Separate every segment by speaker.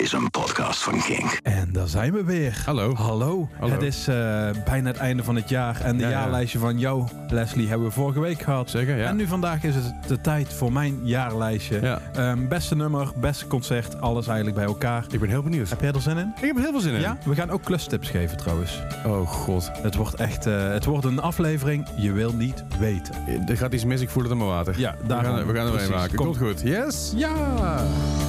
Speaker 1: is een podcast van Kink.
Speaker 2: En daar zijn we weer. Hallo. Het is bijna het einde van het jaar. En de jaarlijstje van jou, Leslie, hebben we vorige week gehad.
Speaker 3: Zeker, ja.
Speaker 2: En nu vandaag is het de tijd voor mijn jaarlijstje.
Speaker 3: Ja.
Speaker 2: Beste nummer, beste concert, alles eigenlijk bij elkaar.
Speaker 3: Ik ben heel benieuwd.
Speaker 2: Heb jij er zin in?
Speaker 3: Ik heb er heel veel zin in.
Speaker 2: Ja, we gaan ook klustips geven trouwens.
Speaker 3: Oh god.
Speaker 2: Het wordt echt, het wordt een aflevering, je wil niet weten.
Speaker 3: Er gaat iets mis, ik voel het in mijn water.
Speaker 2: Ja,
Speaker 3: we gaan er een maken. Komt goed. Yes?
Speaker 2: Ja!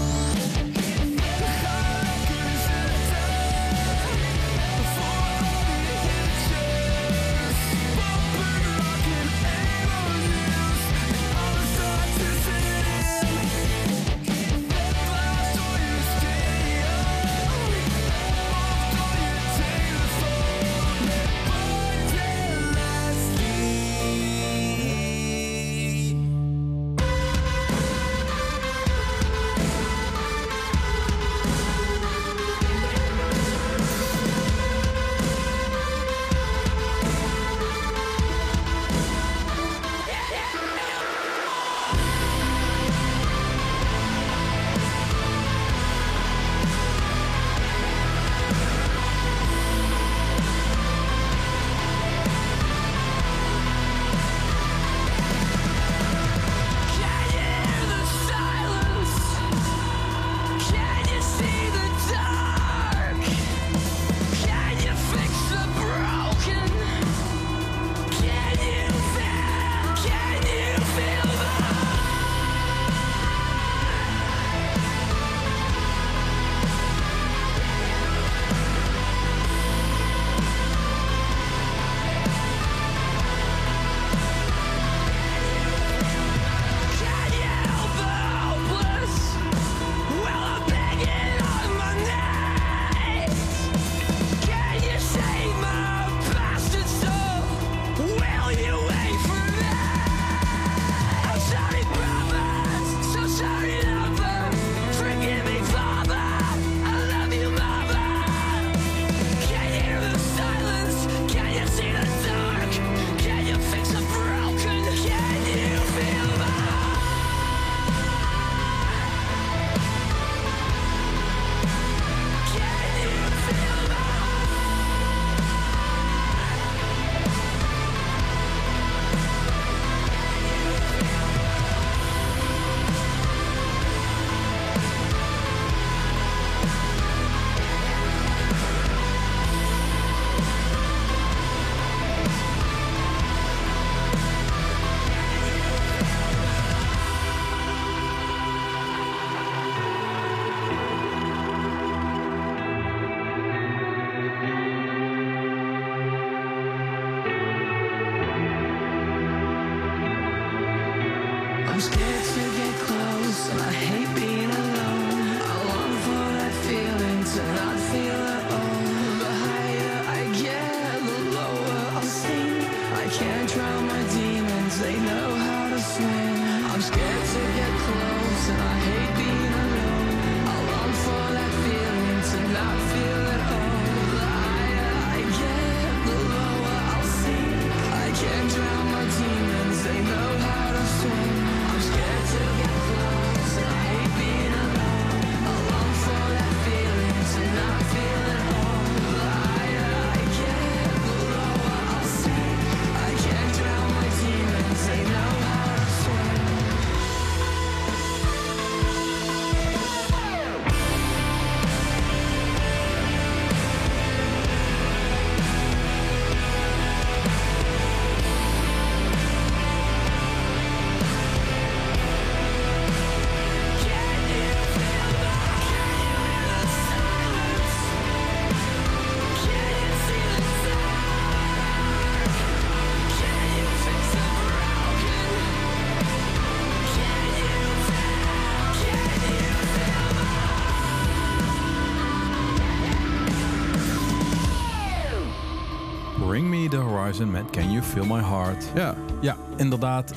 Speaker 2: Bring Me The Horizon met Can You Feel My Heart. Ja, inderdaad.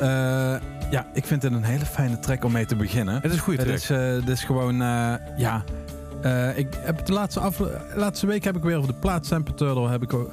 Speaker 2: Ik vind het een hele fijne track om mee te beginnen.
Speaker 3: Het is een goede track.
Speaker 2: Het is gewoon, ik heb de laatste week heb ik weer over de plaat Sandpit Turtle heb ik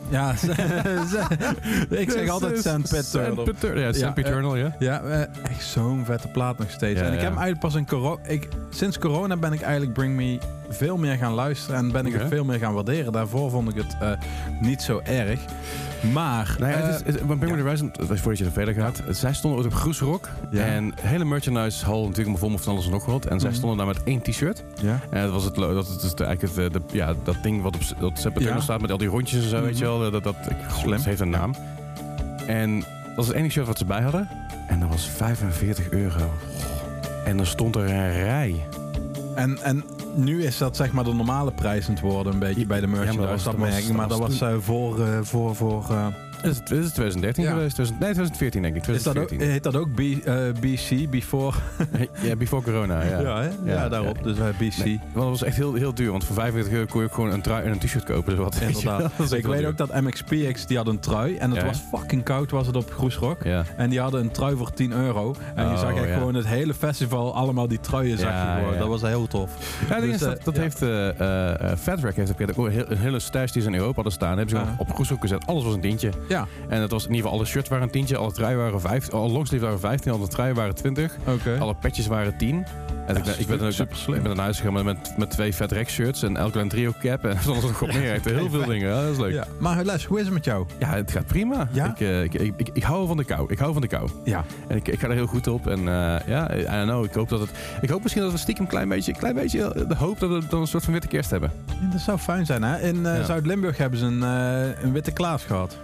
Speaker 2: ik zeg altijd Sandpit Turtle.
Speaker 3: Ja, Sandpit Turtle, ja.
Speaker 2: Ja, echt zo'n vette plaat nog steeds.
Speaker 3: Ja,
Speaker 2: en ik heb hem eigenlijk pas sinds corona ben ik eigenlijk Bring Me veel meer gaan luisteren en ben ik het veel meer gaan waarderen. Daarvoor vond ik het niet zo erg. Maar...
Speaker 3: Bring Me The Horizon, voordat je er verder gaat. Zij stonden ooit op Groesrock. Ja. En de hele merchandise hall natuurlijk vol met van alles en nog wat. En zij stonden daar met 1 t-shirt. Ja. En dat was dat ding wat op September staat met al die rondjes en zo, weet je wel. Dat heeft een naam. En dat was het enige shirt wat ze bij hadden. En dat was €45. En dan stond er een rij.
Speaker 2: En nu is dat zeg maar de normale prijs aan het worden, een beetje bij de merchandise. Maar dat was voor
Speaker 3: Is het 2013 geweest? Nee, 2014 denk ik. 2014.
Speaker 2: Heet dat ook BC, Before?
Speaker 3: Ja, Before Corona, ja.
Speaker 2: Ja, daarop. Dus BC.
Speaker 3: Nee, dat was echt heel duur, want voor €45 kon je ook gewoon een trui en een t-shirt kopen. Wat,
Speaker 2: inderdaad. Ik weet ook dat MXPX, die had een trui. En het was fucking koud, was het op Groesrock. Ja. En die hadden een trui voor €10. En je zag echt gewoon het hele festival, allemaal die truien zag je gewoon. Dat was heel tof.
Speaker 3: Ja, dus, dat heeft Fat Wreck heeft ook een hele stash die ze in Europa hadden staan. Hebben ze gewoon op Groesrock gezet. Alles was een tientje. Ja. En het was in ieder geval alle shirts waren een tientje, alle truien waren 15, alle longsleeve waren 15, alle truien waren 20, alle petjes waren 10. En ik ben naar huis gegaan met 2 Fat Wreck shirts en elke een trio cap en dan nog op meer. Heel veel dingen, ja, dat is leuk. Ja.
Speaker 2: Maar Les, hoe is het met jou?
Speaker 3: Ja, het gaat prima. Ja? Ik hou van de kou. Ja. En ik ga er heel goed op en I don't know, ik hoop misschien dat we stiekem een klein beetje de hoop dat we dan een soort van witte kerst hebben.
Speaker 2: Ja, dat zou fijn zijn, hè? In Zuid-Limburg hebben ze een witte Klaas gehad.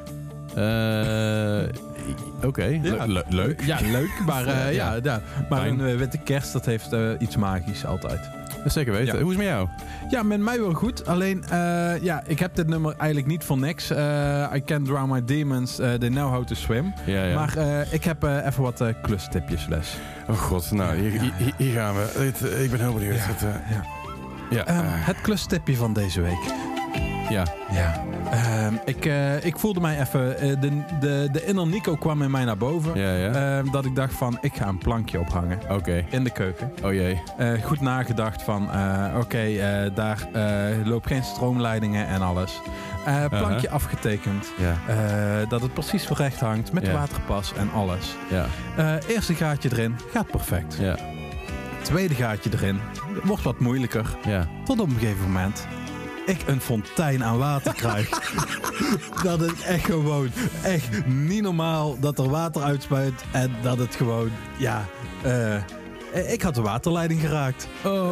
Speaker 3: Oké. Leuk.
Speaker 2: Ja, leuk. Maar, maar een witte kerst, dat heeft iets magisch altijd.
Speaker 3: Dat zeker weten. Ja. Hoe is het met jou?
Speaker 2: Ja, met mij wel goed. Alleen, ik heb dit nummer eigenlijk niet voor niks. I Can't Drown My Demons, They Know How To Swim. Ja. Maar ik heb even wat klustipjes, Les.
Speaker 3: Oh god, nou, hier gaan we. Ik ben heel benieuwd.
Speaker 2: Het klustipje van deze week.
Speaker 3: Ja.
Speaker 2: Ik voelde mij even... De inner Nico kwam in mij naar boven. Ja. Dat ik dacht van, ik ga een plankje ophangen.
Speaker 3: Okay.
Speaker 2: In de keuken.
Speaker 3: Oh jee.
Speaker 2: Goed nagedacht van, daar loopt geen stroomleidingen en alles. Plankje afgetekend. Ja. Dat het precies recht hangt. Met waterpas en alles. Ja. Eerste gaatje erin. Gaat perfect. Ja. Tweede gaatje erin. Wordt wat moeilijker. Ja. Tot op een gegeven moment... ik een fontein aan water krijg. Dat is echt gewoon echt niet normaal dat er water uitspuit en dat het gewoon, ik had de waterleiding geraakt.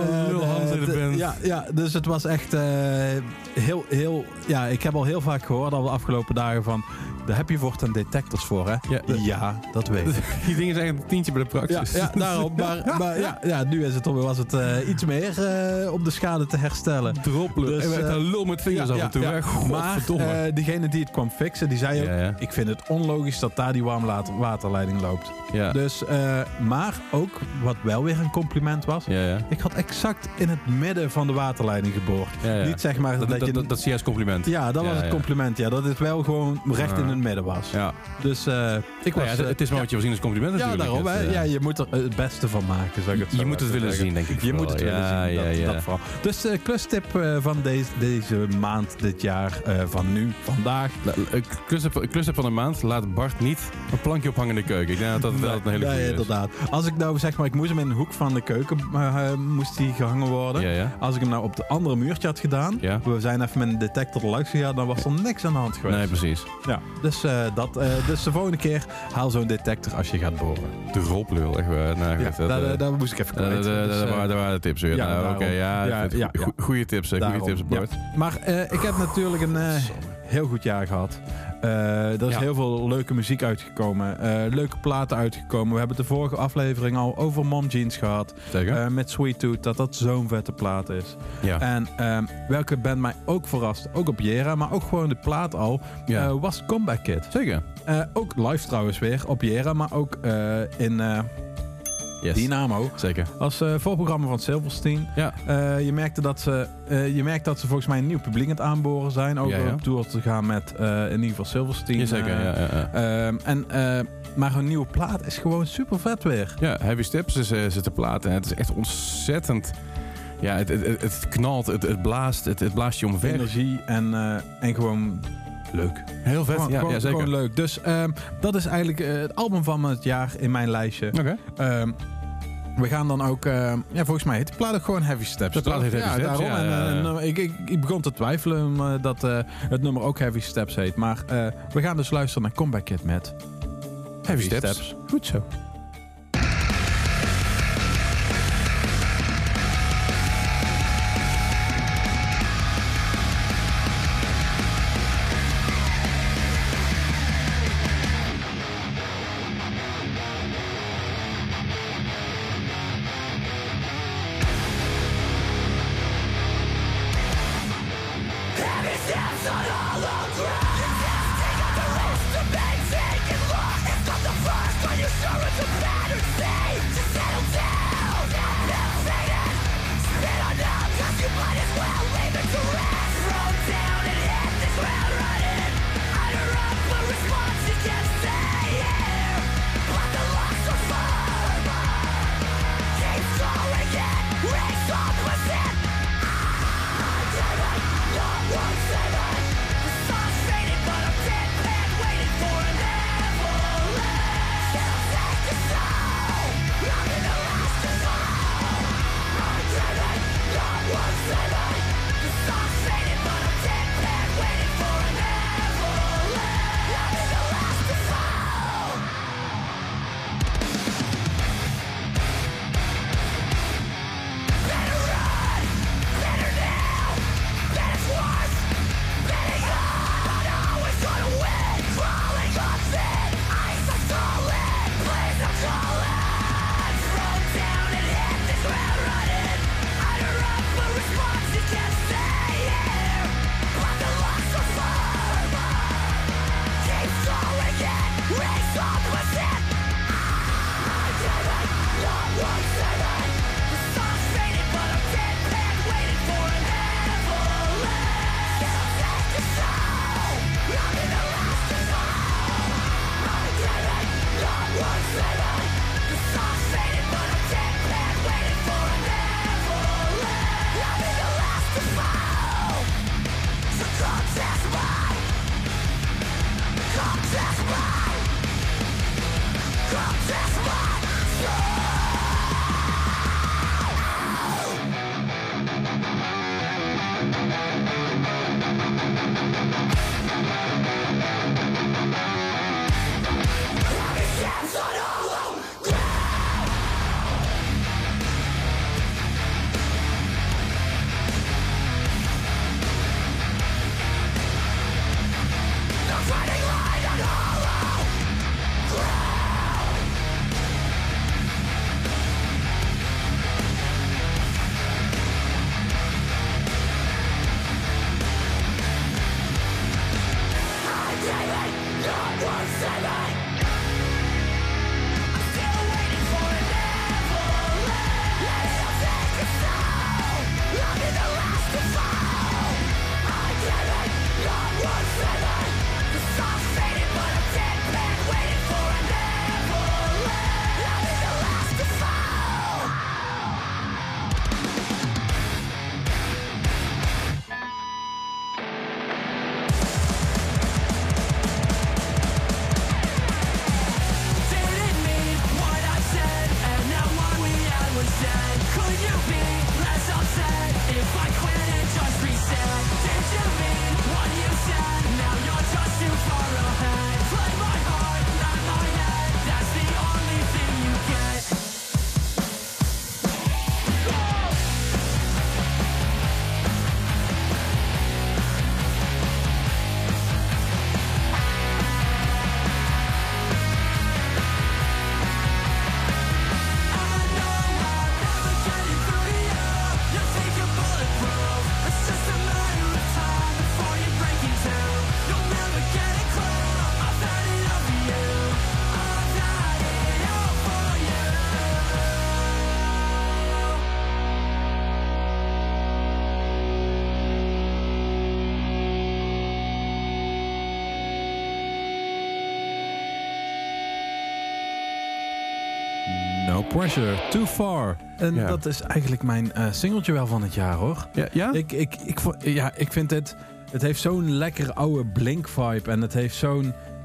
Speaker 2: Ja, dus het was echt heel... Ja, ik heb al heel vaak gehoord al de afgelopen dagen van... daar heb je voortaan detectors voor, hè? Ja, dat weet ik.
Speaker 3: Die dingen zijn een tientje bij de praxis.
Speaker 2: Ja, daarom. Maar nu was het iets meer om de schade te herstellen.
Speaker 3: Droppelen. Dus, en we hebben lul met vingers af en toe. Ja.
Speaker 2: Maar diegene die het kwam fixen, die zei ook... ik vind het onlogisch dat daar die waterleiding loopt. Ja. Dus, maar ook, wat wel weer een compliment was... ik had exact in het midden van de waterleiding geboord. Ja. Niet zeg maar
Speaker 3: dat is juist compliment.
Speaker 2: Ja, dat was het compliment. Ja, dat het wel gewoon recht in het midden was. Ja. Dus ik was...
Speaker 3: het is maar wat je wil zien als compliment natuurlijk.
Speaker 2: Ja, daarom. Je moet er het beste van maken, zou ik het zo
Speaker 3: je moet het willen zien, denk ik.
Speaker 2: Je moet het willen zien, dat vooral. Dus klustip van deze maand, dit jaar, van nu, vandaag.
Speaker 3: Klustip van de maand, laat Bart niet een plankje ophangen in de keuken. Ik denk dat een hele goede is.
Speaker 2: Inderdaad. Als ik nou zeg maar, ik moest hem in de hoek van de keuken moest die gehangen worden. Ja. Als ik hem nou op de andere muurtje had gedaan, we zijn even met een detector langs gegaan, dan was er niks aan de hand geweest.
Speaker 3: Nee, precies.
Speaker 2: Ja, dus dus de volgende keer haal zo'n detector als je gaat boren.
Speaker 3: De roplul, echt.
Speaker 2: Daar moest ik even kwijt.
Speaker 3: Daar waren de tips weer. Goeie tips, Bart.
Speaker 2: Maar ik heb natuurlijk een heel goed jaar gehad. Er is heel veel leuke muziek uitgekomen. Leuke platen uitgekomen. We hebben de vorige aflevering al over Mom Jeans gehad. Met Sweet Tooth, dat zo'n vette plaat is. Ja. En welke band mij ook verrast, ook op Jera, maar ook gewoon de plaat al, was Comeback Kid.
Speaker 3: Zeker.
Speaker 2: Ook live trouwens weer op Jera, maar ook in... Dynamo.
Speaker 3: Zeker.
Speaker 2: Als voorprogramma van Silverstein. Ja. Je merkt dat ze volgens mij een nieuw publiek aan het aanboren zijn. Ook op tour te gaan met in ieder geval Silverstein.
Speaker 3: Zeker.
Speaker 2: Maar hun nieuwe plaat is gewoon super vet weer.
Speaker 3: Ja, Heavy Steps is te platen. Het is echt ontzettend... Ja, het knalt, het blaast je omver.
Speaker 2: Energie en gewoon... leuk.
Speaker 3: Heel vet. Zeker.
Speaker 2: Gewoon leuk. Dus dat is eigenlijk het album van het jaar in mijn lijstje.
Speaker 3: Okay.
Speaker 2: We gaan dan ook... volgens mij heet de plaat ook gewoon Heavy Steps.
Speaker 3: De plaat heet Heavy Steps,
Speaker 2: daarom.
Speaker 3: ja.
Speaker 2: En ik begon te twijfelen dat het nummer ook Heavy Steps heet. Maar we gaan dus luisteren naar Comeback Kid met Heavy Steps. Goed zo. No Pressure, Too Far. En dat is eigenlijk mijn singeltje wel van het jaar, hoor.
Speaker 3: Ja?
Speaker 2: Ik vind het heeft zo'n lekker oude Blink-vibe. En het heeft zo'n...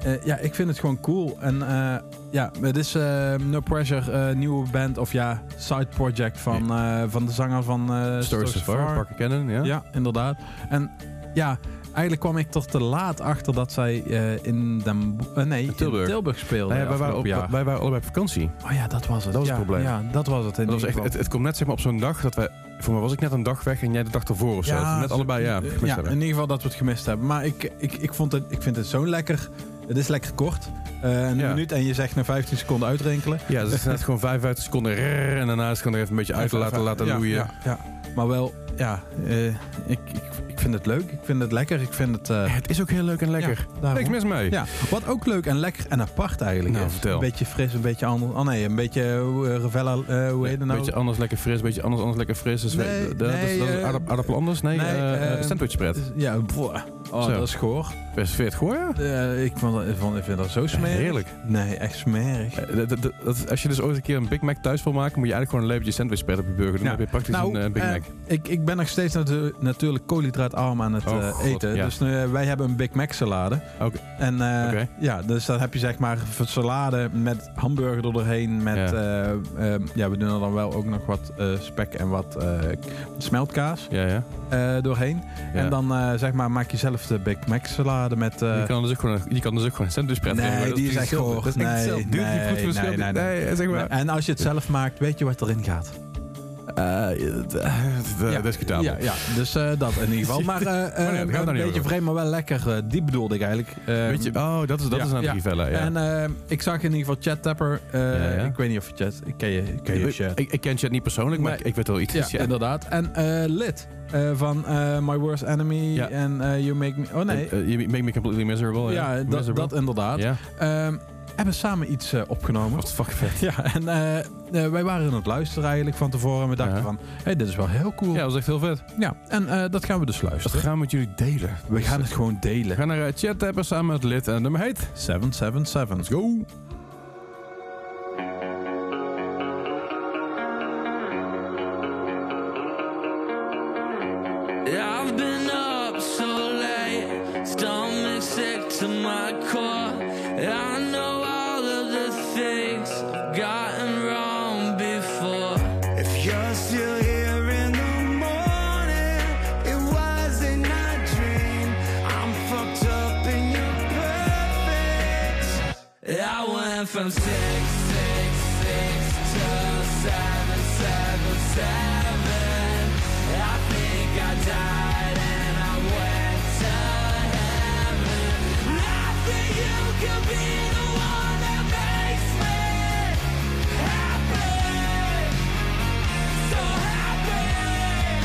Speaker 2: ik vind het gewoon cool. En het is No Pressure, nieuwe band of side project van de zanger van
Speaker 3: Stories of Fire, Parker Cannon.
Speaker 2: Ja, inderdaad. En eigenlijk kwam ik toch te laat achter dat zij in Tilburg speelden.
Speaker 3: Wij waren allebei op vakantie.
Speaker 2: Oh ja, dat was het.
Speaker 3: Dat was het probleem.
Speaker 2: Ja, dat was het.
Speaker 3: Het komt net op zo'n dag dat wij... Voor mij was ik net een dag weg en jij de dag ervoor of zo.
Speaker 2: Ja,
Speaker 3: net allebei gemist hebben.
Speaker 2: In ieder geval dat we het gemist hebben. Maar ik vind het zo lekker. Het is lekker kort. Een minuut en je zegt na 15 seconden uitrinkelen.
Speaker 3: Ja, dus het is net gewoon 55 seconden en daarna is het gewoon even een beetje uit laten loeien.
Speaker 2: Ja. Maar wel, ik vind het leuk. Ik vind het lekker. Ik vind het...
Speaker 3: het is ook heel leuk en lekker. Niks mis mee.
Speaker 2: Ja, wat ook leuk en lekker en apart eigenlijk is.
Speaker 3: Vertel.
Speaker 2: Een beetje fris, een beetje anders. Oh nee, een beetje Revella, hoe heet het nou?
Speaker 3: Een beetje anders lekker fris, een beetje anders lekker fris. Dus dat is aardappel anders? Nee, sandwichspread.
Speaker 2: Ja, dat is goor.
Speaker 3: Best vet goor, ja?
Speaker 2: Ik vind dat zo smerig.
Speaker 3: Heerlijk.
Speaker 2: Nee, echt smerig.
Speaker 3: Als je dus ooit een keer een Big Mac thuis wil maken, moet je eigenlijk gewoon een lepeltje sandwichspread op je burger doen. Dan heb je praktisch een Big Mac.
Speaker 2: Ik ben nog steeds natuurlijk koolhydraatarm aan het eten. Ja. Dus wij hebben een Big Mac salade.
Speaker 3: Okay.
Speaker 2: En dus dan heb je zeg maar salade met hamburger er doorheen. Met, we doen er dan wel ook nog wat spek en wat smeltkaas doorheen. Ja. En dan zeg maar maak je zelf de Big Mac salade met...
Speaker 3: Je kan dus ook gewoon een sandwichspread
Speaker 2: geven. Nee, die is echt goor.
Speaker 3: Nee, zeg maar.
Speaker 2: En als je het zelf maakt, weet je wat erin gaat.
Speaker 3: Discutabel.
Speaker 2: Ja, dus dat in ieder geval. Maar een beetje vreemd, maar wel lekker. Die bedoelde ik eigenlijk.
Speaker 3: Dat is aan het Rivella. Ja.
Speaker 2: En ik zag in ieder geval Chad Tapper. Ik weet niet of je Chad... Ken je Chad?
Speaker 3: Ik ken Chad niet persoonlijk, maar ik weet wel iets.
Speaker 2: Ja, inderdaad. En Lid. Van My Worst Enemy en You Make Me... Oh nee.
Speaker 3: You Make Me Completely Miserable.
Speaker 2: Ja, dat inderdaad.
Speaker 3: Ja.
Speaker 2: Hebben samen iets opgenomen.
Speaker 3: Wat fucking vet.
Speaker 2: Ja, en wij waren aan het luisteren eigenlijk van tevoren. En we dachten van, dit is wel heel cool.
Speaker 3: Ja, dat was echt heel vet.
Speaker 2: Ja, en dat gaan we dus luisteren.
Speaker 3: Dat gaan we met jullie delen.
Speaker 2: We gaan het gewoon delen. We
Speaker 3: gaan naar Chad Tapper samen met Lid. En het nummer heet
Speaker 2: 777.
Speaker 3: Let's go.
Speaker 1: I've been up so late, stomach sick to my core. I know all of the things I've gotten wrong before.
Speaker 4: If you're still here in the morning, it wasn't a dream. I'm fucked up and you're perfect.
Speaker 1: I went from 666 to 777. I think I died and I went to heaven. Nothing you can be the one that makes me happy, so happy.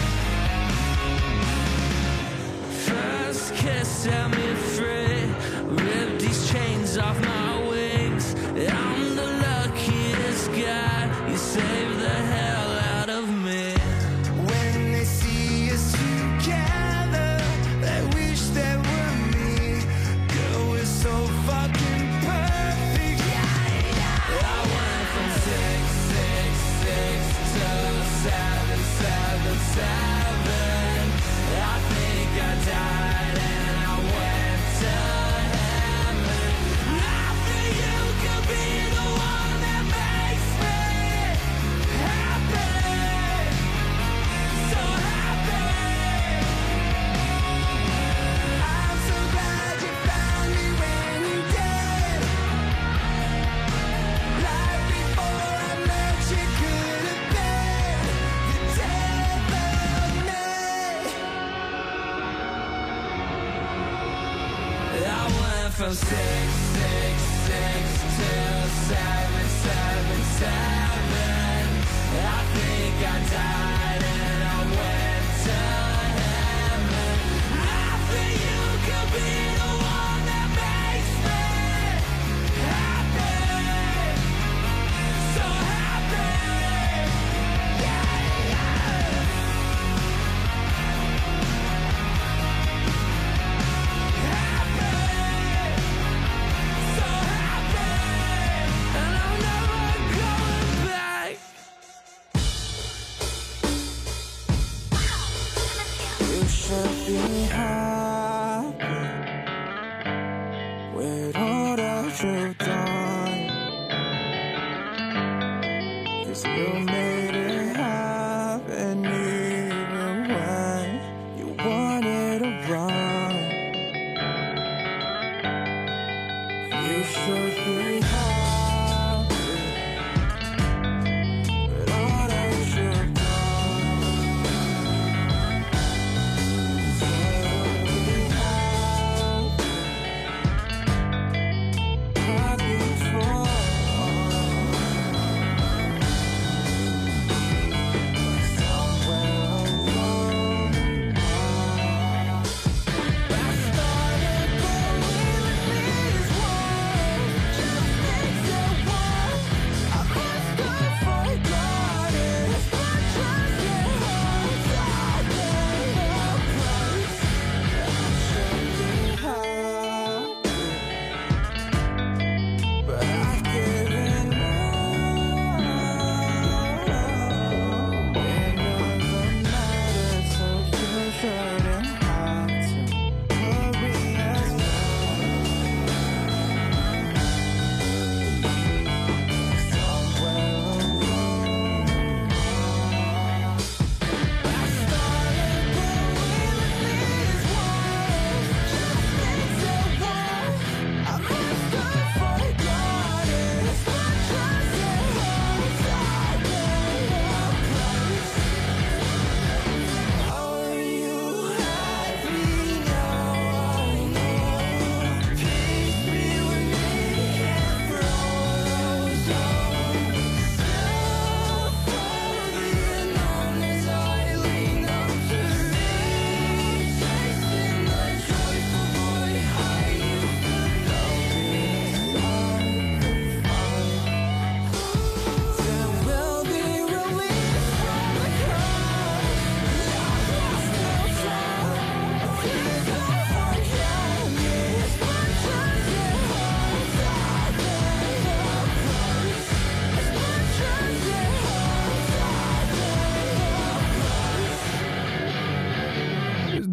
Speaker 1: First kiss set me free, ripped these chains off my wings. I'm the luckiest guy, you saved the hell out of me.
Speaker 4: When they see us together, they wish they were me. Girl, we're so fucking perfect.
Speaker 1: I went from 666 to 777. I think I died and I went to heaven. Nothing you can be the one that makes me happy, so happy.
Speaker 4: I'm so glad you found me when you did. Like before I met you could have been the death of me.
Speaker 1: I went from 666 to 777. I think I died and I went to heaven. Nothing you can be the one that makes me happy, so happy. And I'm never going back.
Speaker 4: You should be happy with all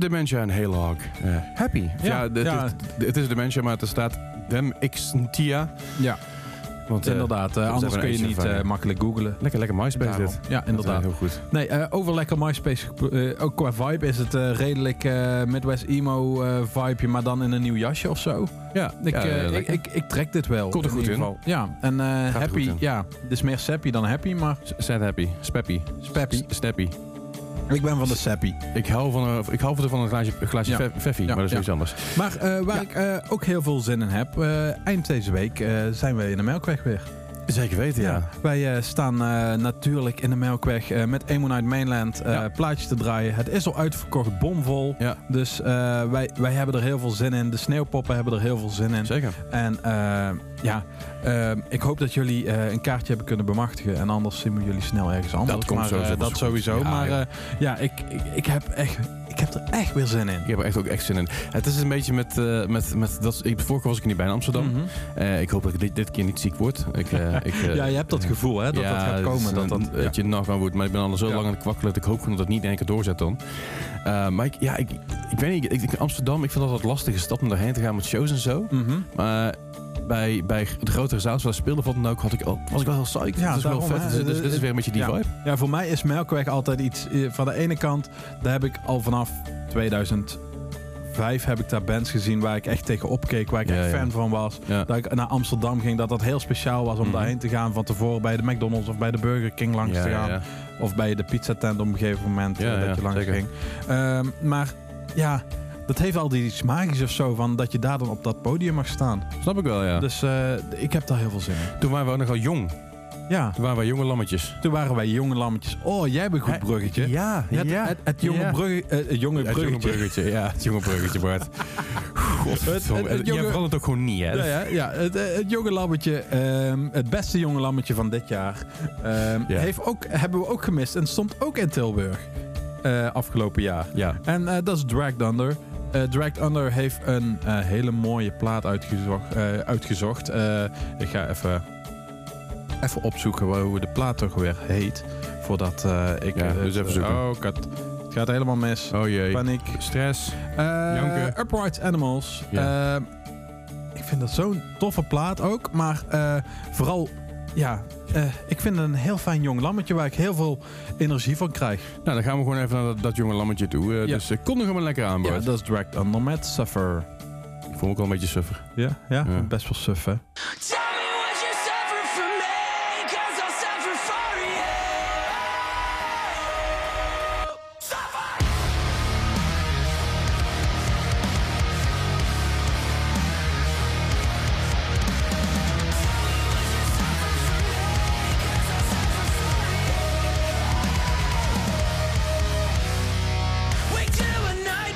Speaker 3: Dementia en Halog. Happy. Het is Dementia, maar er staat Demxntia.
Speaker 2: Ja.
Speaker 3: Want,
Speaker 2: inderdaad, anders kun je niet makkelijk googlen.
Speaker 3: Lekker MySpace dit.
Speaker 2: Ja, inderdaad.
Speaker 3: Heel goed.
Speaker 2: Nee, over lekker MySpace, ook qua vibe is het redelijk Midwest emo vibeje, maar dan in een nieuw jasje of zo.
Speaker 3: Ja,
Speaker 2: ik trek dit wel.
Speaker 3: Komt er goed in.
Speaker 2: Geval. Ja, en happy, ja, het is meer sappy dan happy, maar...
Speaker 3: Sad happy. Speppy.
Speaker 2: Snappy. Ik ben van de sappy.
Speaker 3: Ik hou van een glaasje Feffy, maar dat is iets anders.
Speaker 2: Maar waar ik ook heel veel zin in heb, eind deze week zijn we in de Melkweg weer.
Speaker 3: Zeker weten, ja.
Speaker 2: Wij staan natuurlijk in de Melkweg met Emo Night Mainland plaatjes te draaien. Het is al uitverkocht, bomvol. Ja. Dus wij hebben er heel veel zin in. De sneeuwpoppen hebben er heel veel zin in. Zeker. En ik hoop dat jullie een kaartje hebben kunnen bemachtigen. En anders zien we jullie snel ergens anders.
Speaker 3: Dat komt
Speaker 2: sowieso.
Speaker 3: Ja,
Speaker 2: maar ik heb er echt weer zin in.
Speaker 3: Ik heb er ook echt zin in. Het is een beetje met dat. Vorige keer was ik niet bij in Amsterdam. Mm-hmm. Ik hoop dat ik dit keer niet ziek word.
Speaker 2: Je hebt dat gevoel, hè? Dat gaat komen.
Speaker 3: Dat je nog aan wordt. Maar ik ben al zo lang aan het kwakkelen. Dat ik hoop gewoon dat het niet in één keer doorzet dan. Maar ik weet niet. Amsterdam, ik vind dat een lastige stad om daarheen te gaan met shows en zo. Mm-hmm. Bij de grotere zaals waar we speelden van dan ook, was ik wel heel psyched. Ja, dat is wel vet. Dus dit is weer een beetje die vibe.
Speaker 2: Ja, voor mij is Melkweg altijd iets... Van de ene kant, daar heb ik al vanaf 2005 heb ik daar bands gezien waar ik echt tegen opkeek, waar ik echt fan van was. Ja. Dat ik naar Amsterdam ging, dat heel speciaal was om daarheen te gaan. Van tevoren bij de McDonald's of bij de Burger King langs te gaan. Ja. Of bij de pizzatent op een gegeven moment dat je langs ging. Maar ja... Dat heeft al iets magisch of zo, van dat je daar dan op dat podium mag staan.
Speaker 3: Snap ik wel, ja.
Speaker 2: Dus ik heb daar heel veel zin in.
Speaker 3: Toen waren we ook nogal jong.
Speaker 2: Ja.
Speaker 3: Toen waren wij jonge lammetjes.
Speaker 2: Oh, jij hebt een goed bruggetje.
Speaker 3: Ja.
Speaker 2: Het jonge bruggetje.
Speaker 3: Ja, het jonge bruggetje, Bart. Jij verandert ook gewoon niet, hè?
Speaker 2: Ja, het jonge lammetje, het beste jonge lammetje van dit jaar, hebben we ook gemist. En stond ook in Tilburg afgelopen jaar. Ja. En dat is Dragged Under. Dragged Under heeft een hele mooie plaat uitgezocht. Ik ga even opzoeken hoe de plaat toch weer heet. Voordat ik...
Speaker 3: dus even zoeken.
Speaker 2: Het gaat helemaal mis.
Speaker 3: Oh jee.
Speaker 2: Paniek.
Speaker 3: Stress. Janken.
Speaker 2: Upright Animals. Ja. Ik vind dat zo'n toffe plaat ook. Maar vooral... ik vind het een heel fijn jong lammetje waar ik heel veel energie van krijg.
Speaker 3: Nou, dan gaan we gewoon even naar dat jonge lammetje toe. Dus kom er gewoon lekker aan, Bart.
Speaker 2: Ja, dat is Dragged Under met Suffer.
Speaker 3: Ik voel me ook wel een beetje suffer.
Speaker 2: Ja? Best wel suff, hè?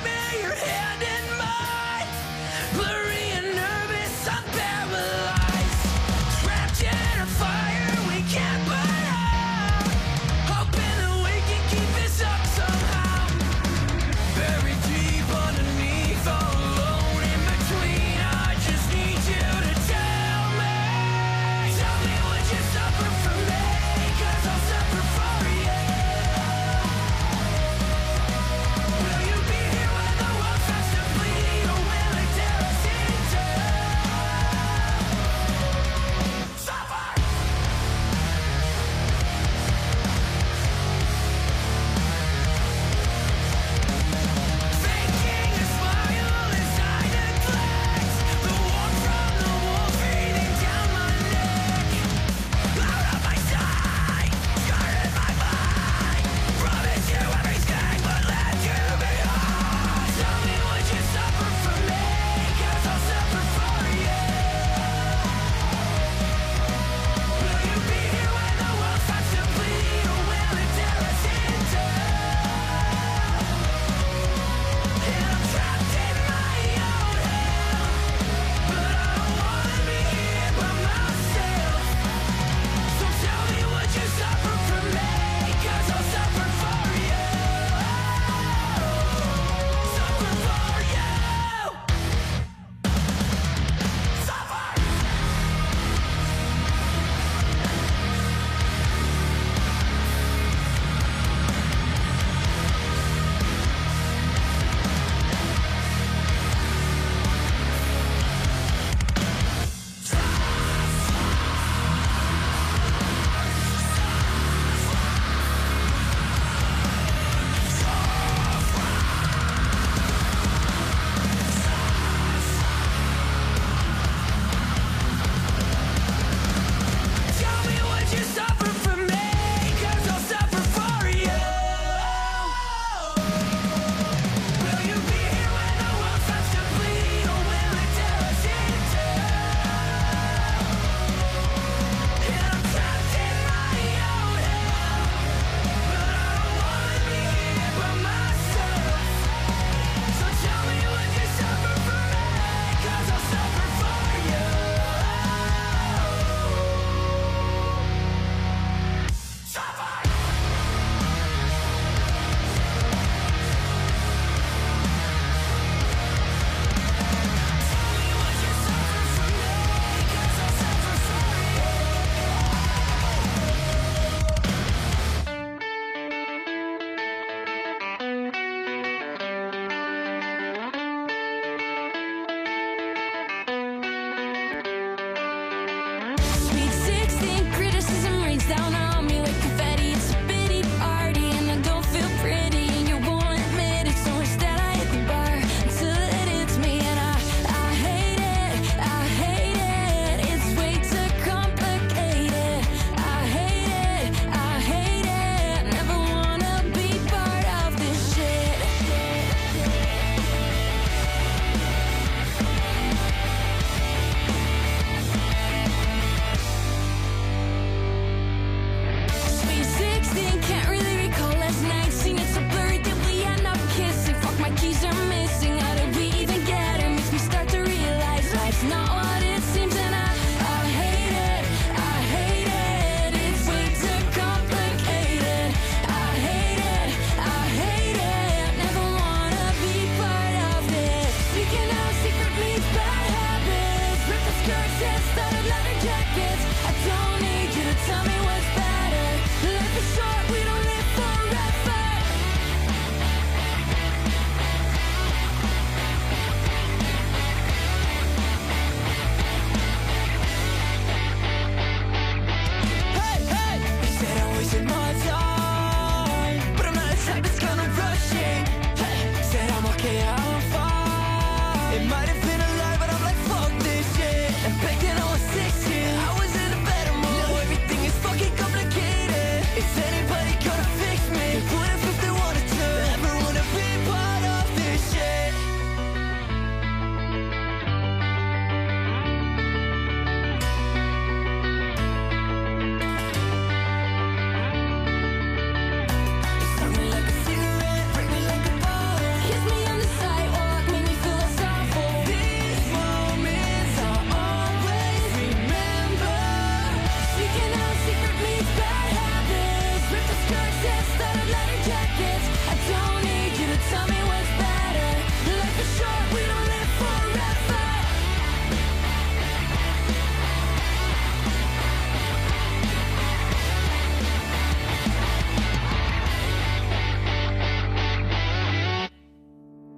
Speaker 1: Blurry and nervous, I'm paralyzed.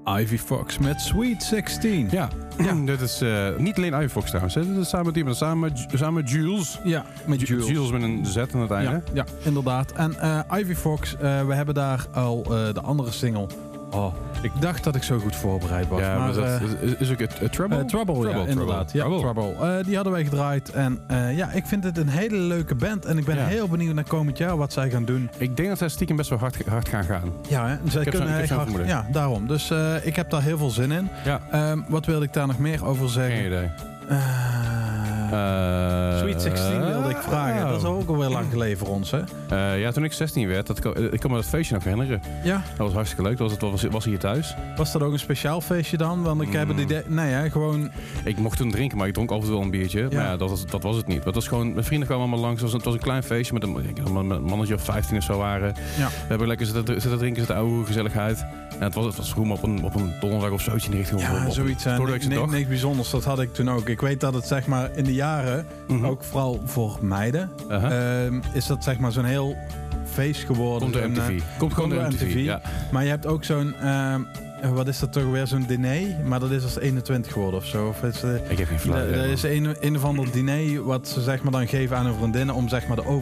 Speaker 2: Ivy Fox met Sweet 16.
Speaker 3: Ja, dit is niet alleen Ivy Fox trouwens. Dit is samen Jules.
Speaker 2: Ja, met Jules.
Speaker 3: Jules met een Z aan het einde.
Speaker 2: Ja, inderdaad. En Ivy Fox, we hebben daar al de andere single. Oh, ik dacht dat ik zo goed voorbereid was.
Speaker 3: Ja, maar dat is ook Trouble?
Speaker 2: Trouble, inderdaad. Ja, Trouble. Die hadden wij gedraaid. En ik vind het een hele leuke band. En ik ben heel benieuwd naar komend jaar wat zij gaan doen.
Speaker 3: Ik denk dat zij stiekem best wel hard gaan.
Speaker 2: Ja, hè? Zij kunnen echt hard. Ja, daarom. Dus ik heb daar heel veel zin in.
Speaker 3: Ja.
Speaker 2: Wat wilde ik daar nog meer over zeggen?
Speaker 3: Geen idee.
Speaker 2: Sweet 16 wilde ik vragen. Dat is ook alweer lang geleden voor ons, hè?
Speaker 3: Toen ik 16 werd, ik kan me dat feestje nog herinneren.
Speaker 2: Ja.
Speaker 3: Dat was hartstikke leuk. Dat was hier thuis.
Speaker 2: Was dat ook een speciaal feestje dan? Want ik heb het idee... Nee, hè, gewoon...
Speaker 3: Ik mocht toen drinken, maar ik dronk af en toe wel een biertje. Ja. Maar ja, dat was het niet. Het was gewoon... Mijn vrienden kwamen allemaal langs. Het was een klein feestje met een mannetje of 15 of zo waren. Ja. We hebben lekker zitten drinken, zitten ouwe gezelligheid. En het was gewoon op een donderdag of zoiets in de richting.
Speaker 2: Ja, zoiets. Niks bijzonders. Dat had ik toen ook. Ik weet dat het zeg maar in de jaren, ook vooral voor meiden, is dat zeg maar zo'n heel feest geworden.
Speaker 3: Komt door MTV. Komt gewoon door MTV. Ja.
Speaker 2: Maar je hebt ook zo'n... wat is dat toch weer? Zo'n diner? Maar dat is als 21 geworden of zo. Of
Speaker 3: ik heb geen flauw idee.
Speaker 2: Er is een of ander diner wat ze zeg maar dan geven aan hun vriendinnen om zeg maar de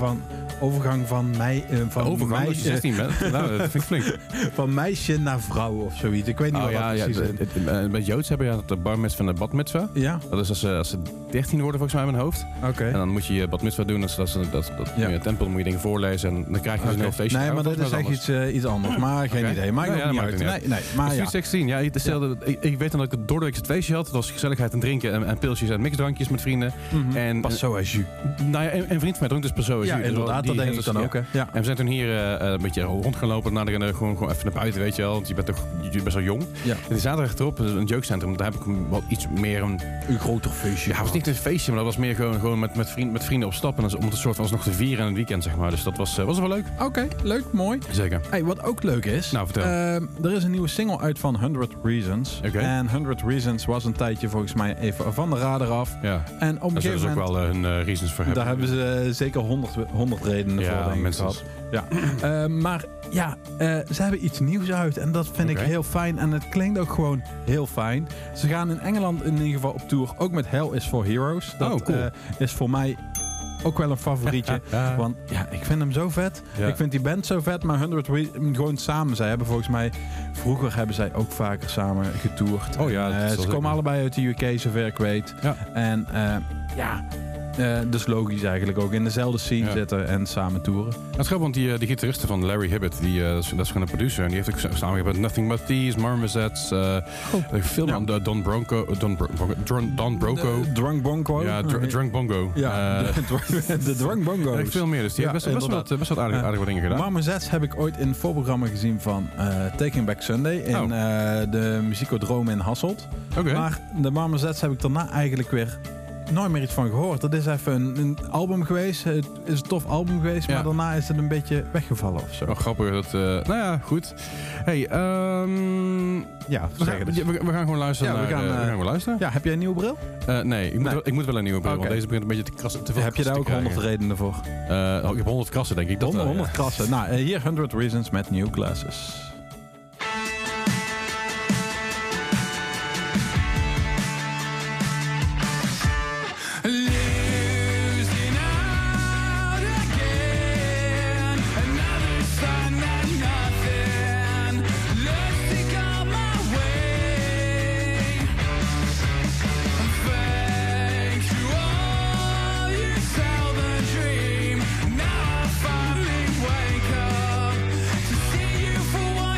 Speaker 2: overgang van mij...
Speaker 3: overgang als je 16 bent? Nou, dat vind ik flink.
Speaker 2: Van meisje naar vrouw of zoiets. Ik weet niet wat dat precies is.
Speaker 3: Bij Joods hebben je de bar mitzvah en de bad mitzvah. Ja. Dat is als ze 13 worden volgens mij in mijn hoofd.
Speaker 2: Oké.
Speaker 3: En dan moet je bad mitzvah doen. Dat in je tempel moet je dingen voorlezen. En dan krijg je dus een heel feestje.
Speaker 2: Nee, maar dat is echt iets anders. Maar geen idee. Maakt ook niet uit. Nee. Maar
Speaker 3: Sweet 16, ja, ik weet dan dat ik het doordat ik het feestje had. Dat was gezelligheid en drinken en pilsjes en mixdrankjes met vrienden. En
Speaker 2: Passo à jus.
Speaker 3: Nou ja, een vriend van mij dronk dus Passo à jus.
Speaker 2: Ja, inderdaad, dat denk ik dan ook. Ja.
Speaker 3: En we zijn toen hier een beetje rondgelopen. Gewoon even naar buiten, weet je wel. Want je bent toch best wel jong. Ja. En die zaterdag erop, een jeugdcentrum. Daar heb ik wel iets meer een
Speaker 2: groter feestje.
Speaker 3: Ja, het was niet een feestje, maar dat was meer gewoon met vrienden op stap. En om het soort van nog te vieren in het weekend, zeg maar. Dus dat was wel leuk.
Speaker 2: Oké, leuk, mooi.
Speaker 3: Zeker.
Speaker 2: Hey, wat ook leuk is.
Speaker 3: Nou, vertel.
Speaker 2: Er is een nieuwe single uit van 100 Reasons. Okay. En 100 Reasons was een tijdje volgens mij even van de radar af.
Speaker 3: Ja.
Speaker 2: En op een gegeven moment...
Speaker 3: Daar zullen ze ook wel hun reasons voor hebben.
Speaker 2: Daar hebben ze zeker 100 redenen voor, denk ik, gehad. Ja. Maar ja, ze hebben iets nieuws uit. En dat vind ik heel fijn. En het klinkt ook gewoon heel fijn. Ze gaan in Engeland in ieder geval op tour. Ook met Hell is for Heroes. Dat is voor mij ook wel een favorietje. Want ja, ik vind hem zo vet. Ja. Ik vind die band zo vet. Maar 100 gewoon samen. Zij hebben volgens mij... Vroeger hebben zij ook vaker samen getoerd.
Speaker 3: Oh ja.
Speaker 2: Ze komen allebei uit de UK, zover ik weet. Ja. En dus logisch eigenlijk ook in dezelfde scene zitten en samen toeren.
Speaker 3: Dat is grappig, want die gitariste van Larry Hibbett, dat is gewoon een producer. En die heeft ook samengewerkt met Nothing But Thieves, Marmozets, veel aan Don Bronco.
Speaker 2: Drunk Bongo.
Speaker 3: Ja, Drunk Bongo.
Speaker 2: Ja, de Drunk Bongo.
Speaker 3: Veel meer, dus die heeft best wat aardige dingen gedaan.
Speaker 2: Marmozets heb ik ooit in het voorprogramma gezien van Taking Back Sunday in de Musicodrome in Hasselt.
Speaker 3: Okay.
Speaker 2: Maar de Marmozets heb ik daarna eigenlijk weer nooit meer iets van gehoord. Dat is even een album geweest. Het is een tof album geweest, maar daarna is het een beetje weggevallen of zo.
Speaker 3: Oh, grappig. Nou ja, goed. Hey, we gaan gewoon luisteren. We gaan gewoon luisteren.
Speaker 2: Ja, heb jij een nieuwe bril?
Speaker 3: Nee, ik moet wel een nieuwe bril, want deze begint een beetje te krassen.
Speaker 2: Heb je daar ook 100 redenen voor?
Speaker 3: Ik heb 100 krassen, denk ik.
Speaker 2: 100 krassen. Nou, hier 100 Reasons met New Glasses.
Speaker 1: For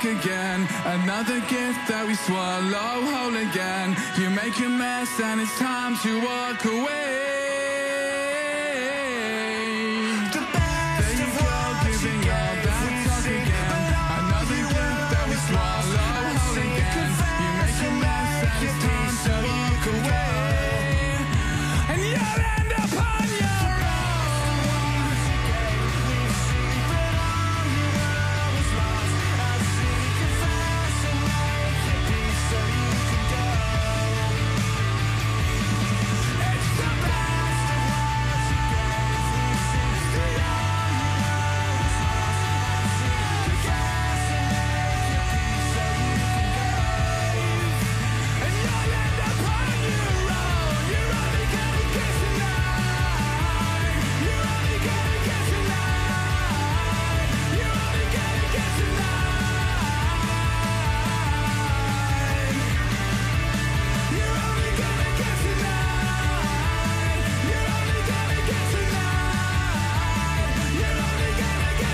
Speaker 5: again. Another gift that we swallow whole again. You make a mess and it's time to walk away. There you go, giving all that talk again. Another gift that we swallow whole again. You make a mess and it's time to walk away. And you'll end up on your own. It's the and you'll end up on your own. You're only gonna get tonight. You're only gonna get tonight. You're only gonna get tonight. You're only gonna get tonight. You're only gonna get tonight. You're only gonna get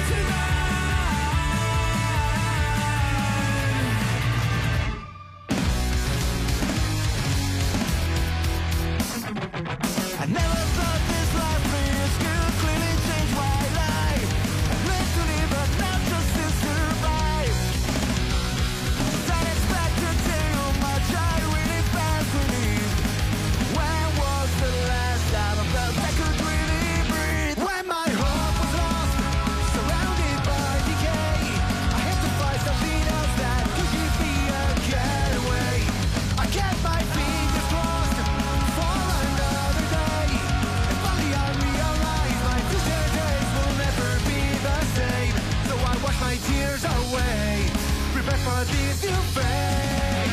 Speaker 5: I never thought this life could clearly change my life. I lived to live, but not just to survive. Don't expect to tell you how much I really felt relief. When was the last time I felt I could really breathe? When my hope was lost, surrounded by decay, I had to find something else that could give me a getaway. I kept my fingers crossed for another day, and finally I realized my future days will never be the same. So I wash my tears away, prepare for this new fate.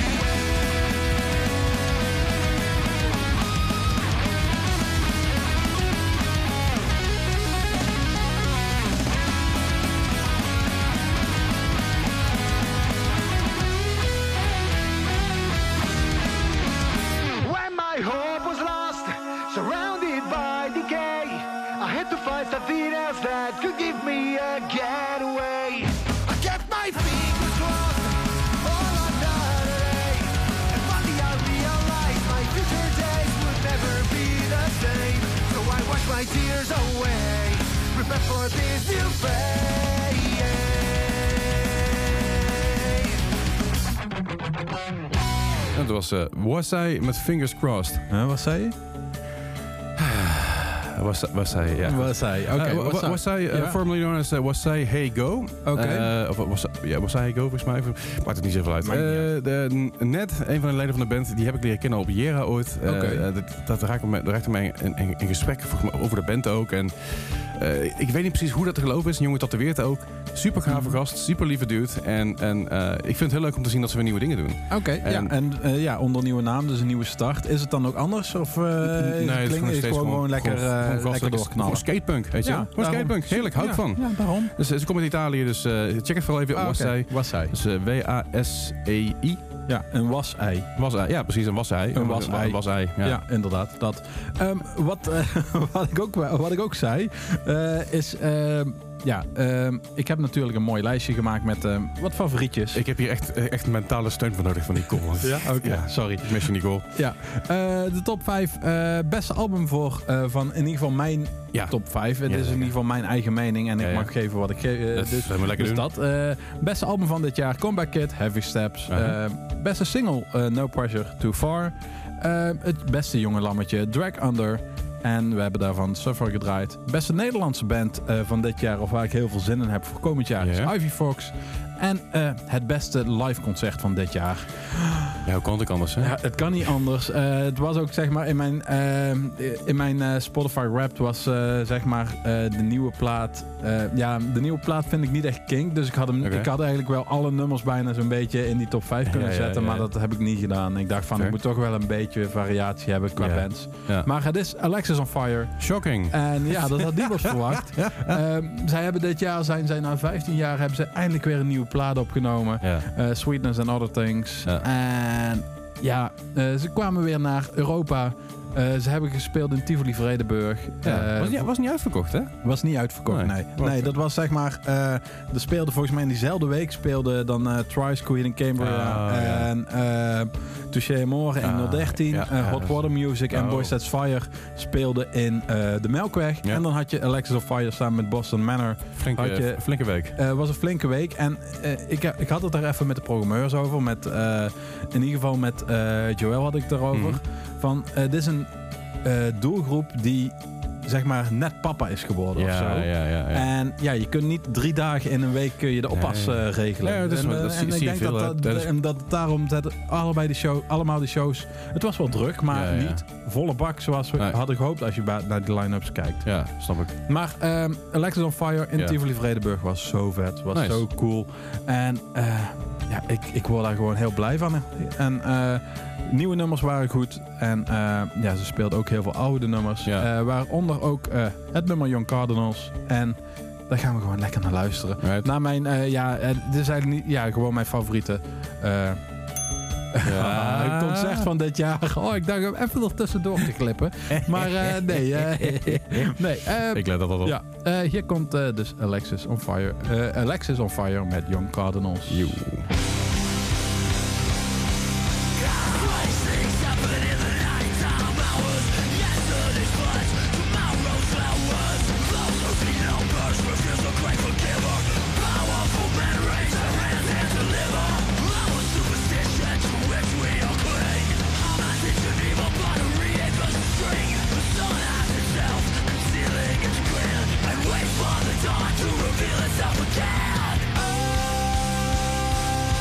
Speaker 5: When my hope was lost, surrounded by decay, I had to find something else that could give me a getaway. I kept my fingers crossed for another day, and finally I realized my future days would never be the same. So I wash my tears away, prepare for this new fate.
Speaker 3: En dat was Was I met Fingers Crossed.
Speaker 2: Wat zei je?
Speaker 3: Was I, ja.
Speaker 2: Wat zei je? Oké,
Speaker 3: Was I, formerly known as Was I Hey Go.
Speaker 2: Oké.
Speaker 3: Of Was I Hey Go, volgens mij. Maakt het niet zoveel uit. Net, een van de leden van de band, die heb ik leren kennen op Jera ooit. Dat raakte mij in gesprek over de band ook. En ik weet niet precies hoe dat gelopen is. Een jongen tatoeëert ook. Super gave gast, super lieve dude. En ik vind het heel leuk om te zien dat ze weer nieuwe dingen doen.
Speaker 2: Oké, en onder een nieuwe naam, dus een nieuwe start. Is het dan ook anders? Of
Speaker 3: nee, het is gewoon
Speaker 2: lekker doorknallen?
Speaker 3: Gewoon skatepunk, weet je?
Speaker 2: Ja,
Speaker 3: gewoon skatepunk, heerlijk, hou ik van.
Speaker 2: Ja, daarom.
Speaker 3: Dus ze komt uit Italië, dus check het vooral even op
Speaker 2: Was-ei.
Speaker 3: Dus W-A-S-E-I.
Speaker 2: Ja, een was-ei.
Speaker 3: Was-ei, ja precies, een was-ei.
Speaker 2: Een was-ei.
Speaker 3: Was-ei,
Speaker 2: ja, inderdaad. Dat. Wat ik ook zei, is... ik heb natuurlijk een mooi lijstje gemaakt met wat favorietjes.
Speaker 3: Ik heb hier echt mentale steun voor nodig van Nicole.
Speaker 2: Ja? Oké, ja. Sorry.
Speaker 3: Ik mis je, Nicole.
Speaker 2: Ja. De top 5 beste album van in ieder geval mijn top 5. Het is in ieder geval mijn eigen mening en ik mag geven wat ik geef.
Speaker 3: Dat is helemaal lekker doen.
Speaker 2: Beste album van dit jaar, Comeback Kid, Heavy Steps. Beste single, No Pressure, Too Far. Het beste jonge lammetje, Drag Under. En we hebben daarvan Suffer gedraaid. Beste Nederlandse band van dit jaar, of waar ik heel veel zin in heb voor komend jaar, is Ivy Fox. En het beste live concert van dit jaar.
Speaker 3: Ja, hoe kon het anders, hè?
Speaker 2: Ja, het kan niet anders. Het was ook, zeg maar, in mijn Spotify Wrapped was, zeg maar, de nieuwe plaat. De nieuwe plaat vind ik niet echt kink. Dus ik had eigenlijk wel alle nummers bijna zo'n beetje in die top 5 kunnen zetten. Maar dat heb ik niet gedaan. Ik dacht van, ik moet toch wel een beetje variatie hebben qua bands. Ja. Maar het is Alexis on Fire.
Speaker 3: Shocking.
Speaker 2: En ja, dat had niemand verwacht. Zij hebben dit jaar, na 15 jaar, hebben ze eindelijk weer een nieuwe plaat opgenomen. Sweetness and Other Things. En ja, ze kwamen weer naar Europa Ze hebben gespeeld in Tivoli Vredenburg.
Speaker 3: Was niet uitverkocht, hè?
Speaker 2: Was niet uitverkocht, nee. Dat was zeg maar... er speelde volgens mij in diezelfde week... speelde dan Trice, Queen in Cambria... en Touché Amore in 013. Hot Water Music en Boy Sets Fire... speelden in de Melkweg. Ja. En dan had je Alexis on Fire samen met Boston Manor.
Speaker 3: Flinke week.
Speaker 2: Was een flinke week. En ik had het daar even met de programmeurs over. In ieder geval met Joël had ik daarover. Van, dit is een doelgroep die zeg maar net papa is geworden of zo.
Speaker 3: Ja.
Speaker 2: En ja, je kunt niet 3 dagen in een week kun je de oppas regelen.
Speaker 3: Ja, ik denk
Speaker 2: dat daarom allemaal die shows. Het was wel druk, maar niet volle bak zoals we hadden gehoopt als je naar de line-ups kijkt.
Speaker 3: Ja, snap ik.
Speaker 2: Maar Alexis on Fire in Tivoli Vredenburg was zo vet, was zo cool. En ik word daar gewoon heel blij van. En nieuwe nummers waren goed. En ze speelde ook heel veel oude nummers. Ja. Waaronder ook het nummer Young Cardinals. En daar gaan we gewoon lekker naar luisteren. Right. Naar mijn, dit is eigenlijk niet, gewoon mijn favoriete. Ik ontzegd van dit jaar. Ik dacht hem even nog tussendoor te klippen. Maar nee.
Speaker 3: Ik let dat al op.
Speaker 2: Ja, hier komt dus Alexis on Fire. Alexis on Fire met Young Cardinals.
Speaker 5: Wait for the dawn to reveal itself again.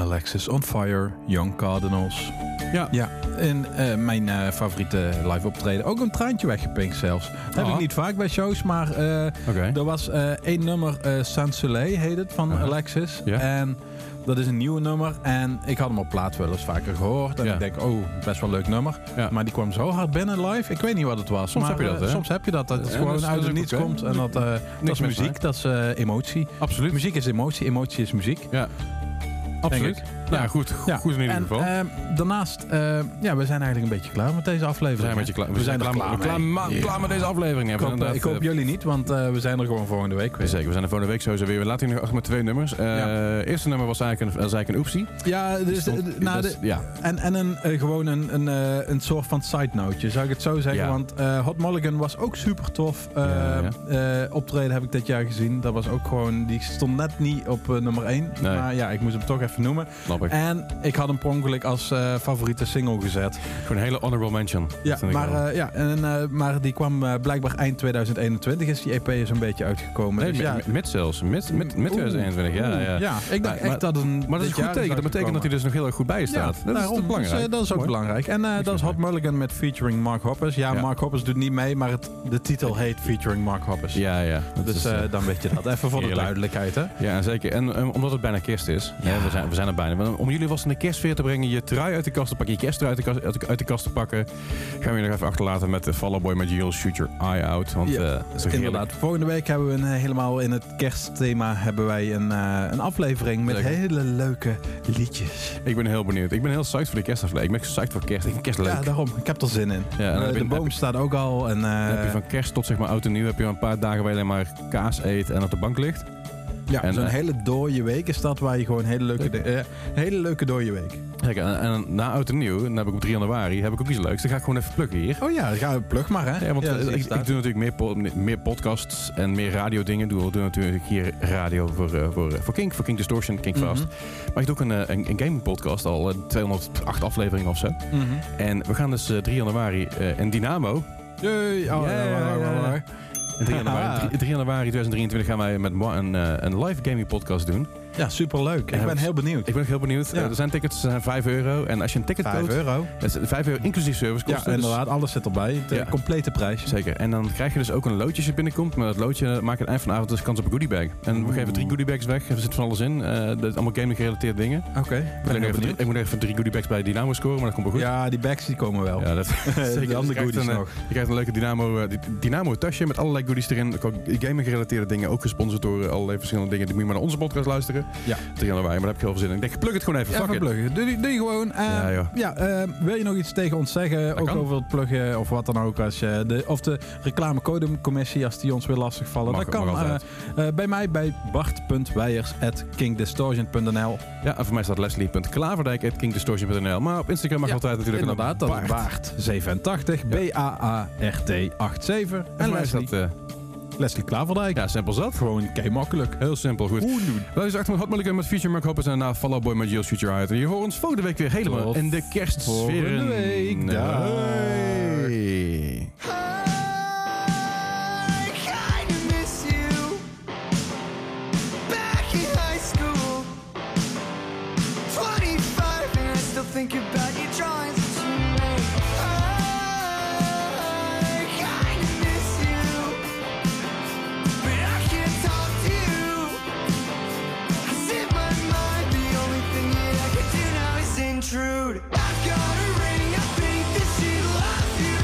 Speaker 2: Alexis on Fire, Young Cardinals. Ja, in mijn favoriete live optreden. Ook een traantje weggepinkt zelfs. Dat heb ik niet vaak bij shows, maar er was één nummer, Saint Soleil heet het, van Alexis. Ja. En dat is een nieuwe nummer en ik had hem op plaat wel eens vaker gehoord. En ik denk, best wel leuk nummer. Ja. Maar die kwam zo hard binnen live. Ik weet niet wat het was. Soms heb je dat, hè? Soms heb je dat het gewoon uit het niets komt. En dat is muziek, dat is emotie. Absoluut. Muziek is emotie, emotie is muziek. Ja. Absoluut.
Speaker 3: Nou goed in ieder geval.
Speaker 2: Daarnaast, we zijn eigenlijk een beetje klaar met deze aflevering.
Speaker 3: We zijn klaar met deze aflevering.
Speaker 2: Ik hoop jullie niet, want we zijn er gewoon volgende week weer.
Speaker 3: Zeker, we zijn er volgende week sowieso weer. We laten jullie nog achter met 2 nummers. Eerste nummer was eigenlijk een oepsie.
Speaker 2: Ja, gewoon een soort van side noteje, zou ik het zo zeggen. Ja. Want Hot Mulligan was ook super tof. Optreden heb ik dit jaar gezien. Dat was ook gewoon, die stond net niet op nummer 1. Nee. Maar ja, ik moest hem toch even noemen. En ik had hem per ongeluk als favoriete single gezet.
Speaker 3: Gewoon een hele honorable mention.
Speaker 2: Ja, maar die kwam blijkbaar eind 2021 is die EP zo'n beetje uitgekomen.
Speaker 3: Nee,
Speaker 2: dus
Speaker 3: met zelfs. Met 2021, ja.
Speaker 2: Ik dacht echt dat een...
Speaker 3: Maar dat is een goed teken. Dat betekent dat hij dus nog heel erg goed bij staat.
Speaker 2: Ja, dat is belangrijk. Dat is ook belangrijk. En dat is Hot Mulligan met featuring Mark Hoppus. Ja, Mark Hoppus doet niet mee, maar de titel heet featuring Mark Hoppus.
Speaker 3: Ja.
Speaker 2: Dus dan weet je dat. Even voor de duidelijkheid, hè?
Speaker 3: Ja, zeker. En omdat het bijna kerst is. We zijn er bijna. Om jullie was in de kerstsfeer te brengen, je trui uit de kast te pakken, je kersttrui uit de kast te pakken, gaan we je nog even achterlaten met Fall Out Boy met You'll Shoot Your Eye Out. Want
Speaker 2: inderdaad, volgende week hebben we helemaal in het kerstthema hebben wij een aflevering met hele leuke liedjes.
Speaker 3: Ik ben heel benieuwd. Ik ben heel psyched voor de kerstaflevering. Ik ben psyched voor kerst. Ik vind kerst leuk.
Speaker 2: Ja, daarom. Ik heb er zin in. Ja, de boom staat ook al. En
Speaker 3: heb je van kerst tot zeg maar oud en nieuw heb je een paar dagen waar je alleen maar kaas eet en op de bank ligt.
Speaker 2: Ja, en zo'n hele dooie week is dat waar je gewoon hele leuke dooie week.
Speaker 3: Kijk, en na oud en nieuw, dan heb ik op 3 januari heb ik ook iets leuks. Dan ga ik gewoon even pluggen hier.
Speaker 2: Oh ja, dan gaan we plug maar, hè?
Speaker 3: Ja, want ik doe natuurlijk meer podcasts en meer radiodingen. We doen natuurlijk hier radio voor Kink, voor Kink Distortion, Kink Fast. Maar ik doe ook een gaming podcast, al 208 afleveringen of zo. En we gaan dus 3 januari in Dynamo.
Speaker 2: Jee,
Speaker 3: 3 januari 2023 gaan wij met Moi een live gaming podcast doen.
Speaker 2: Ja, superleuk. Ik ben heel benieuwd.
Speaker 3: Ik ben ook heel benieuwd. Ja. Er zijn tickets, er zijn €5. En als je een ticket koopt...
Speaker 2: €5?
Speaker 3: Dat is €5 inclusief servicekosten.
Speaker 2: Ja, inderdaad. Alles zit erbij. De complete prijs.
Speaker 3: Zeker. En dan krijg je dus ook een loodje als je binnenkomt. Maar dat loodje maakt het eind van de avond dus kans op een goodiebag. En we geven 3 goodiebags weg. Er zit van alles in. Allemaal gaming gerelateerde dingen.
Speaker 2: Oké.
Speaker 3: Ik moet even 3 goodiebags bij Dynamo scoren, maar dat komt wel goed.
Speaker 2: Ja, die bags die komen wel.
Speaker 3: Ja, dat
Speaker 2: die andere goodies nog.
Speaker 3: Je krijgt een leuke Dynamo tasje met allerlei goodies erin. Gaming gerelateerde dingen. Ook gesponsord door allerlei verschillende dingen. Die moet je maar naar onze podcast luisteren. Ja. 3 januari, maar daar heb ik heel veel zin in. Ik denk, plug het gewoon even.
Speaker 2: Even pluggen. Doe je gewoon. Wil je nog iets tegen ons zeggen? Dat ook kan. Over het pluggen of wat dan ook. Als je of de reclamecodecommissie, als die ons wil lastigvallen. Dat kan bij mij bij bart.weijers@kingdistortion.nl.
Speaker 3: Ja, en voor mij staat leslie.klaverdijk@kingdistortion.nl. Maar op Instagram mag altijd natuurlijk
Speaker 2: inderdaad. Dat is Baart87, BAART87. En Leslie Klaverdijk.
Speaker 3: Ja, simpel zat.
Speaker 2: Gewoon kei makkelijk.
Speaker 3: Heel simpel, goed. Dat is achter met Hot Mulligan met feature Mark Hoppus en na Fall Out Boy met You'll Shoot Your Eye Out. En je hoort ons volgende week weer helemaal in de kerstsfeer.
Speaker 2: Volgende week.
Speaker 5: Think about your drawings that you made. I kinda miss you, but I can't talk to you. I set my mind, the only thing that I can do now is intrude. I've got a ring, I think that she loves you.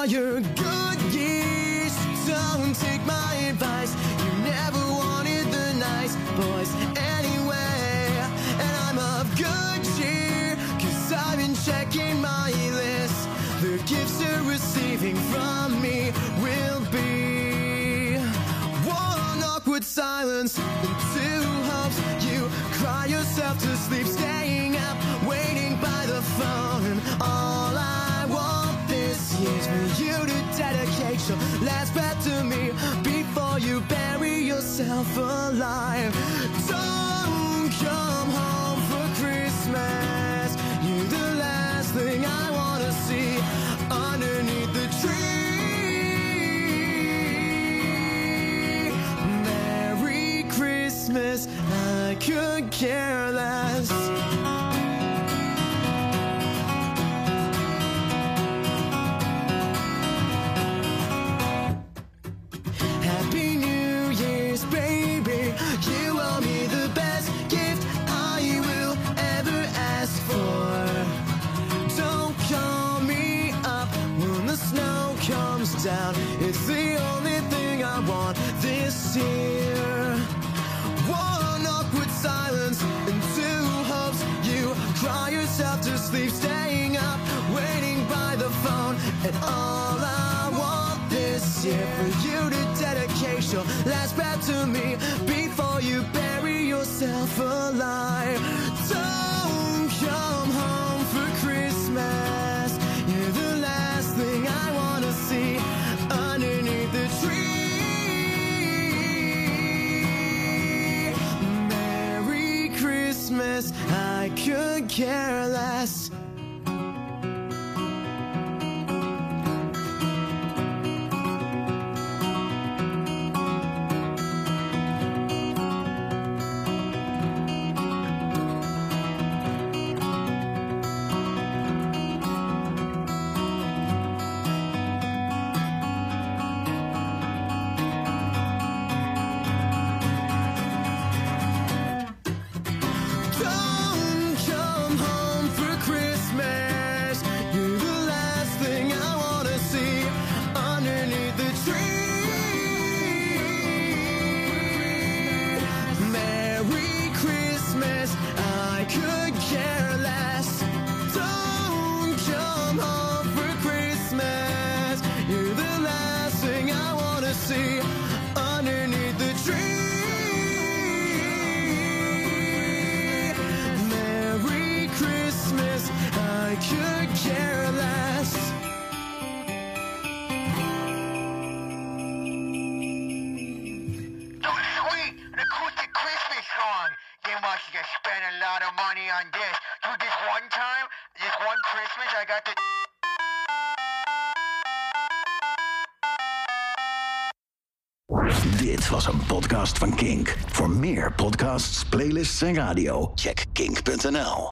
Speaker 5: your good years. Don't take my advice. You never wanted the nice boys anyway. And I'm of good cheer, 'cause I've been checking my list. The gifts you're receiving from me will be one awkward silence and two hopes. You cry yourself to sleep, staying up, waiting by the phone. And all I want this year's for you to dedicate your last breath to me before you bury yourself alive. Don't come home for Christmas. You're the last thing I want to see underneath the tree. Merry Christmas, I could care less. Happy New Year's, baby. You owe me the best gift I will ever ask for. Don't call me up when the snow comes down. It's the only thing I want this year. One awkward silence and two hopes. You cry yourself to sleep, staying up, waiting by the phone. And all I want this year for you to dedicate your last breath to me before you bury yourself alive. Don't come home for Christmas. You're the last thing I want to see underneath the tree. Merry Christmas, I could care less. Don't come home for Christmas. You're the last thing I want to see underneath the tree. Merry Christmas, I could care less. Don't come home for Christmas. You're the last thing I want to see underneath the tree. Merry Christmas, I could care less.
Speaker 6: So sweet, an acoustic Christmas song. They must have spent a lot of money on this. So this one time, this one Christmas, I got the...
Speaker 7: Dit was een podcast van Kink. Voor meer podcasts, playlists en radio, check kink.nl.